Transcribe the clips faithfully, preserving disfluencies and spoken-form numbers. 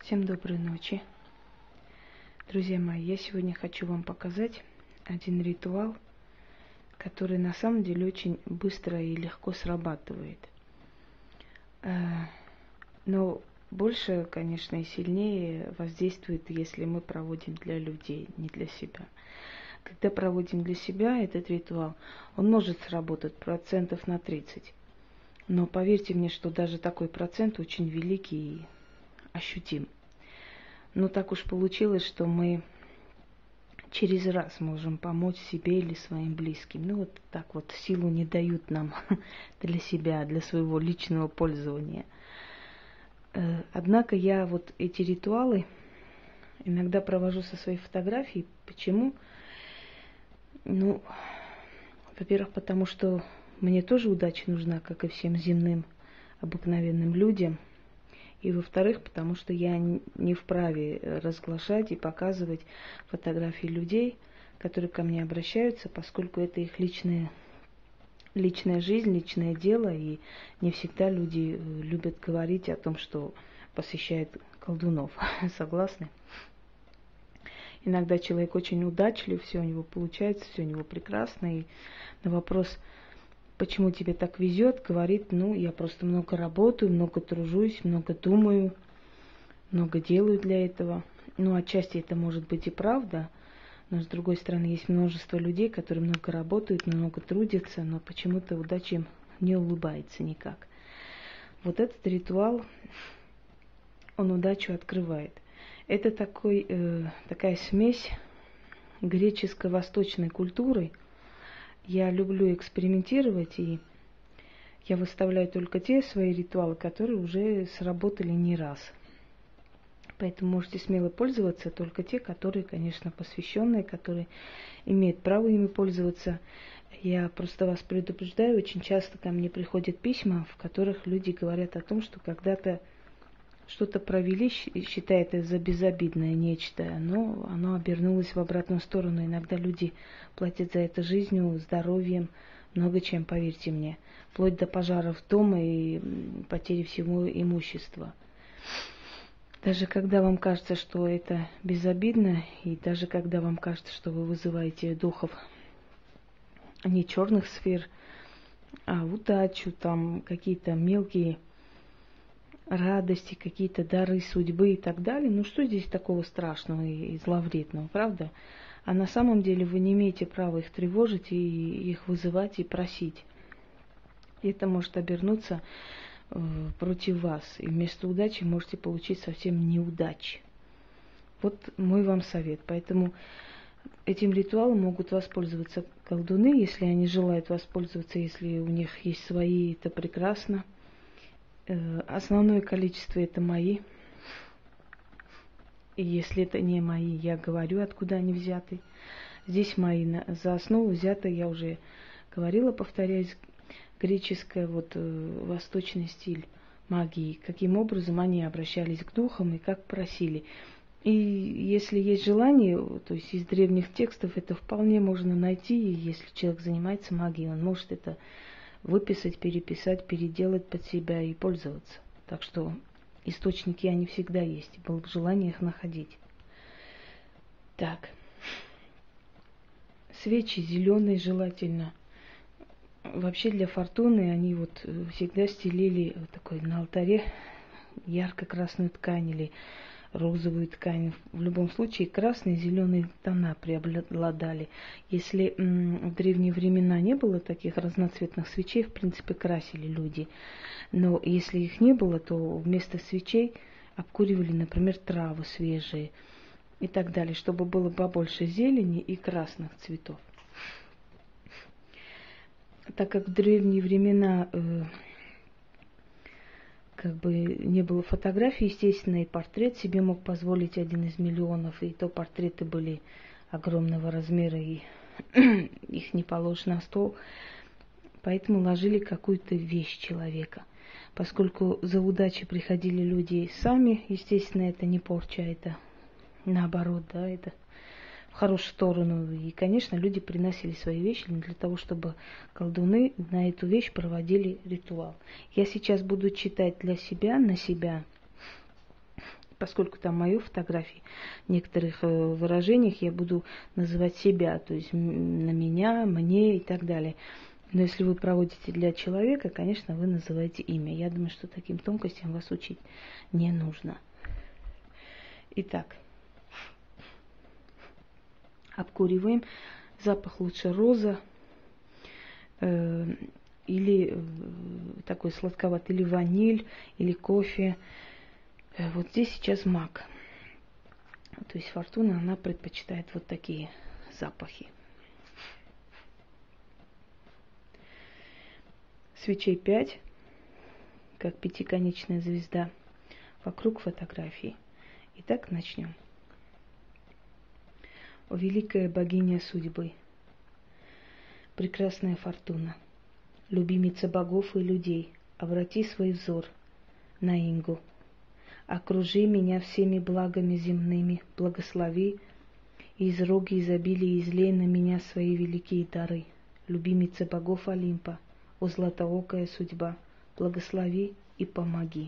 Всем доброй ночи. Друзья мои, я сегодня хочу вам показать один ритуал, который на самом деле очень быстро и легко срабатывает. Но больше, конечно, и сильнее воздействует, если мы проводим для людей, не для себя. Когда проводим для себя этот ритуал, он может сработать процентов на тридцать. Но поверьте мне, что даже такой процент очень великий и ощутим. Но так уж получилось, что мы через раз можем помочь себе или своим близким. Ну вот так вот силу не дают нам для себя, для своего личного пользования. Однако я вот эти ритуалы иногда провожу со своей фотографией. Почему? Ну, во-первых, потому что мне тоже удача нужна, как и всем земным обыкновенным людям. И во-вторых, потому что я не вправе разглашать и показывать фотографии людей, которые ко мне обращаются, поскольку это их личная, личная жизнь, личное дело, и не всегда люди любят говорить о том, что посещают колдунов. Согласны? Иногда человек очень удачлив, все у него получается, все у него прекрасно, и на вопрос, почему тебе так везет, говорит, ну, я просто много работаю, много тружусь, много думаю, много делаю для этого. Ну, отчасти это может быть и правда, но с другой стороны есть множество людей, которые много работают, много трудятся, но почему-то удача им не улыбается никак. Вот этот ритуал, он удачу открывает. Это такой, э, такая смесь греческо-восточной культуры. Я люблю экспериментировать, и я выставляю только те свои ритуалы, которые уже сработали не раз. Поэтому можете смело пользоваться, только те, которые, конечно, посвященные, которые имеют право ими пользоваться. Я просто вас предупреждаю, очень часто ко мне приходят письма, в которых люди говорят о том, что когда-то что-то провели, считая это за безобидное нечто, но оно обернулось в обратную сторону. Иногда люди платят за это жизнью, здоровьем, много чем, поверьте мне. Вплоть до пожаров дома и потери всего имущества. Даже когда вам кажется, что это безобидно, и даже когда вам кажется, что вы вызываете духов не черных сфер, а удачу, там какие-то мелкие радости, какие-то дары судьбы и так далее. Ну что здесь такого страшного и зловредного, правда? А на самом деле вы не имеете права их тревожить и их вызывать и просить. И это может обернуться э, против вас. И вместо удачи можете получить совсем неудачи. Вот мой вам совет. Поэтому этим ритуалом могут воспользоваться колдуны, если они желают воспользоваться, если у них есть свои, это прекрасно. Основное количество это мои. И если это не мои, я говорю, откуда они взяты. Здесь мои. За основу взято, я уже говорила, повторяюсь, греческая, вот восточный стиль магии. Каким образом они обращались к духам и как просили. И если есть желание, то есть из древних текстов, это вполне можно найти. И если человек занимается магией, он может это выписать, переписать, переделать под себя и пользоваться. Так что источники, они всегда есть. Было бы желание их находить. Так. Свечи зеленые желательно. Вообще для фортуны они вот всегда стелили вот такой на алтаре ярко-красную ткань или розовую ткань. В любом случае красные и зеленые тона преобладали. Если м, в древние времена не было таких разноцветных свечей, в принципе, красили люди. Но если их не было, то вместо свечей обкуривали, например, травы свежие и так далее, чтобы было побольше зелени и красных цветов. Так как в древние времена э, как бы не было фотографий, естественно, и портрет себе мог позволить один из миллионов, и то портреты были огромного размера, и их не положишь на стол, поэтому ложили какую-то вещь человека. Поскольку за удачей приходили люди сами, естественно, это не порча, это наоборот, да, это в хорошую сторону. И, конечно, люди приносили свои вещи для того, чтобы колдуны на эту вещь проводили ритуал. Я сейчас буду читать для себя, на себя, Поскольку там мои фотографии, в некоторых выражениях я буду называть себя, то есть на меня, мне и так далее. Но если вы проводите для человека, конечно, вы называете имя. Я думаю, что таким тонкостям вас учить не нужно. Итак, обкуриваем. Запах лучше роза э, или э, такой сладковатый, или ваниль, или кофе. Э, вот здесь сейчас мак. То есть Фортуна, она предпочитает вот такие запахи. Свечей пять, как пятиконечная звезда, вокруг фотографии. Итак, начнем. О великая богиня судьбы, прекрасная Фортуна, любимица богов и людей, обрати свой взор на Ингу. Окружи меня всеми благами земными, благослови, и из роги изобилия излей на меня свои великие дары. Любимица богов Олимпа, о златоокая судьба, благослови и помоги.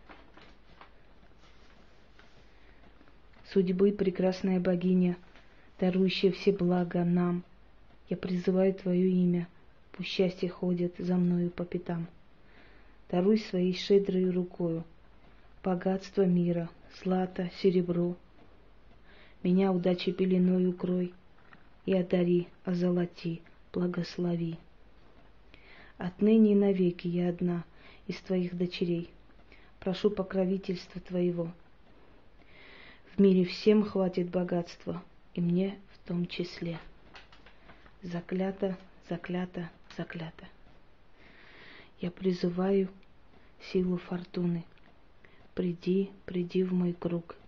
Судьбы, прекрасная богиня, дарующая все блага нам, я призываю Твое имя, пусть счастье ходит за мною по пятам. Даруй своей щедрой рукою богатство мира, злато, серебро. Меня удачей пеленой укрой и одари, озолоти, благослови. Отныне и навеки я одна из Твоих дочерей. Прошу покровительства Твоего. В мире всем хватит богатства, и мне в том числе. Заклято, заклято, заклято. Я призываю силу Фортуны. Приди, приди в мой круг.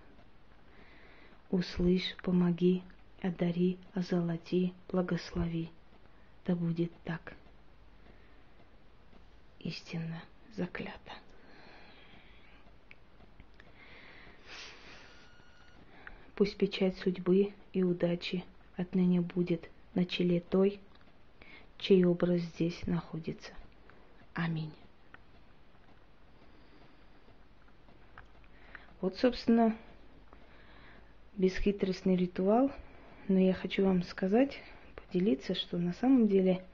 Услышь, помоги, одари, озолоти, благослови. Да будет так. Истинно заклято. Пусть печать судьбы и удачи отныне будет на челе той, чей образ здесь находится. Аминь. Вот, собственно, бесхитростный ритуал, но я хочу вам сказать, поделиться, что на самом деле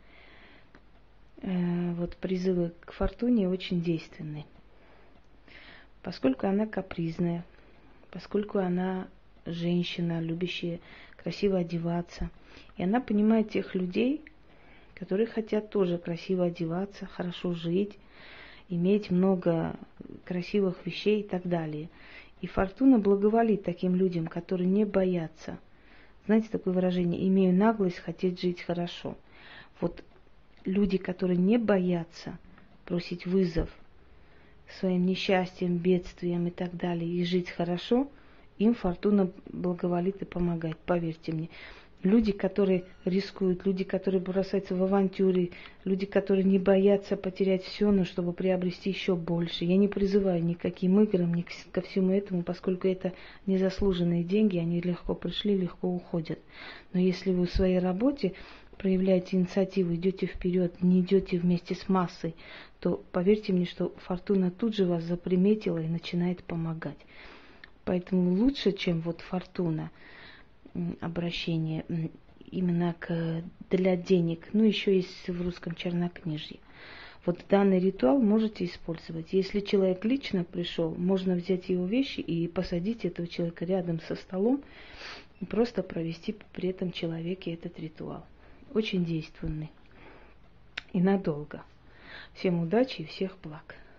э, вот призывы к Фортуне очень действенны, поскольку она капризная, поскольку она женщина, любящая красиво одеваться, и она понимает тех людей, которые хотят тоже красиво одеваться, хорошо жить, иметь много красивых вещей и так далее. И Фортуна благоволит таким людям, которые не боятся. Знаете такое выражение: имею наглость хотеть жить хорошо. Вот люди, которые не боятся бросить вызов своим несчастьем, бедствием и так далее, и жить хорошо, им Фортуна благоволит и помогает, поверьте мне. Люди, которые рискуют, люди, которые бросаются в авантюры, люди, которые не боятся потерять все, но чтобы приобрести еще больше. Я не призываю ни к каким играм, ни ко всему этому, поскольку это незаслуженные деньги, они легко пришли, легко уходят. Но если вы в своей работе проявляете инициативу, идете вперед, не идете вместе с массой, то поверьте мне, что Фортуна тут же вас заприметила и начинает помогать. Поэтому лучше, чем вот Фортуна, обращение именно к, для денег. Ну, еще есть в русском чернокнижье. Вот данный ритуал можете использовать. Если человек лично пришел, можно взять его вещи и посадить этого человека рядом со столом и просто провести при этом человеке этот ритуал. Очень действенный и надолго. Всем удачи и всех благ.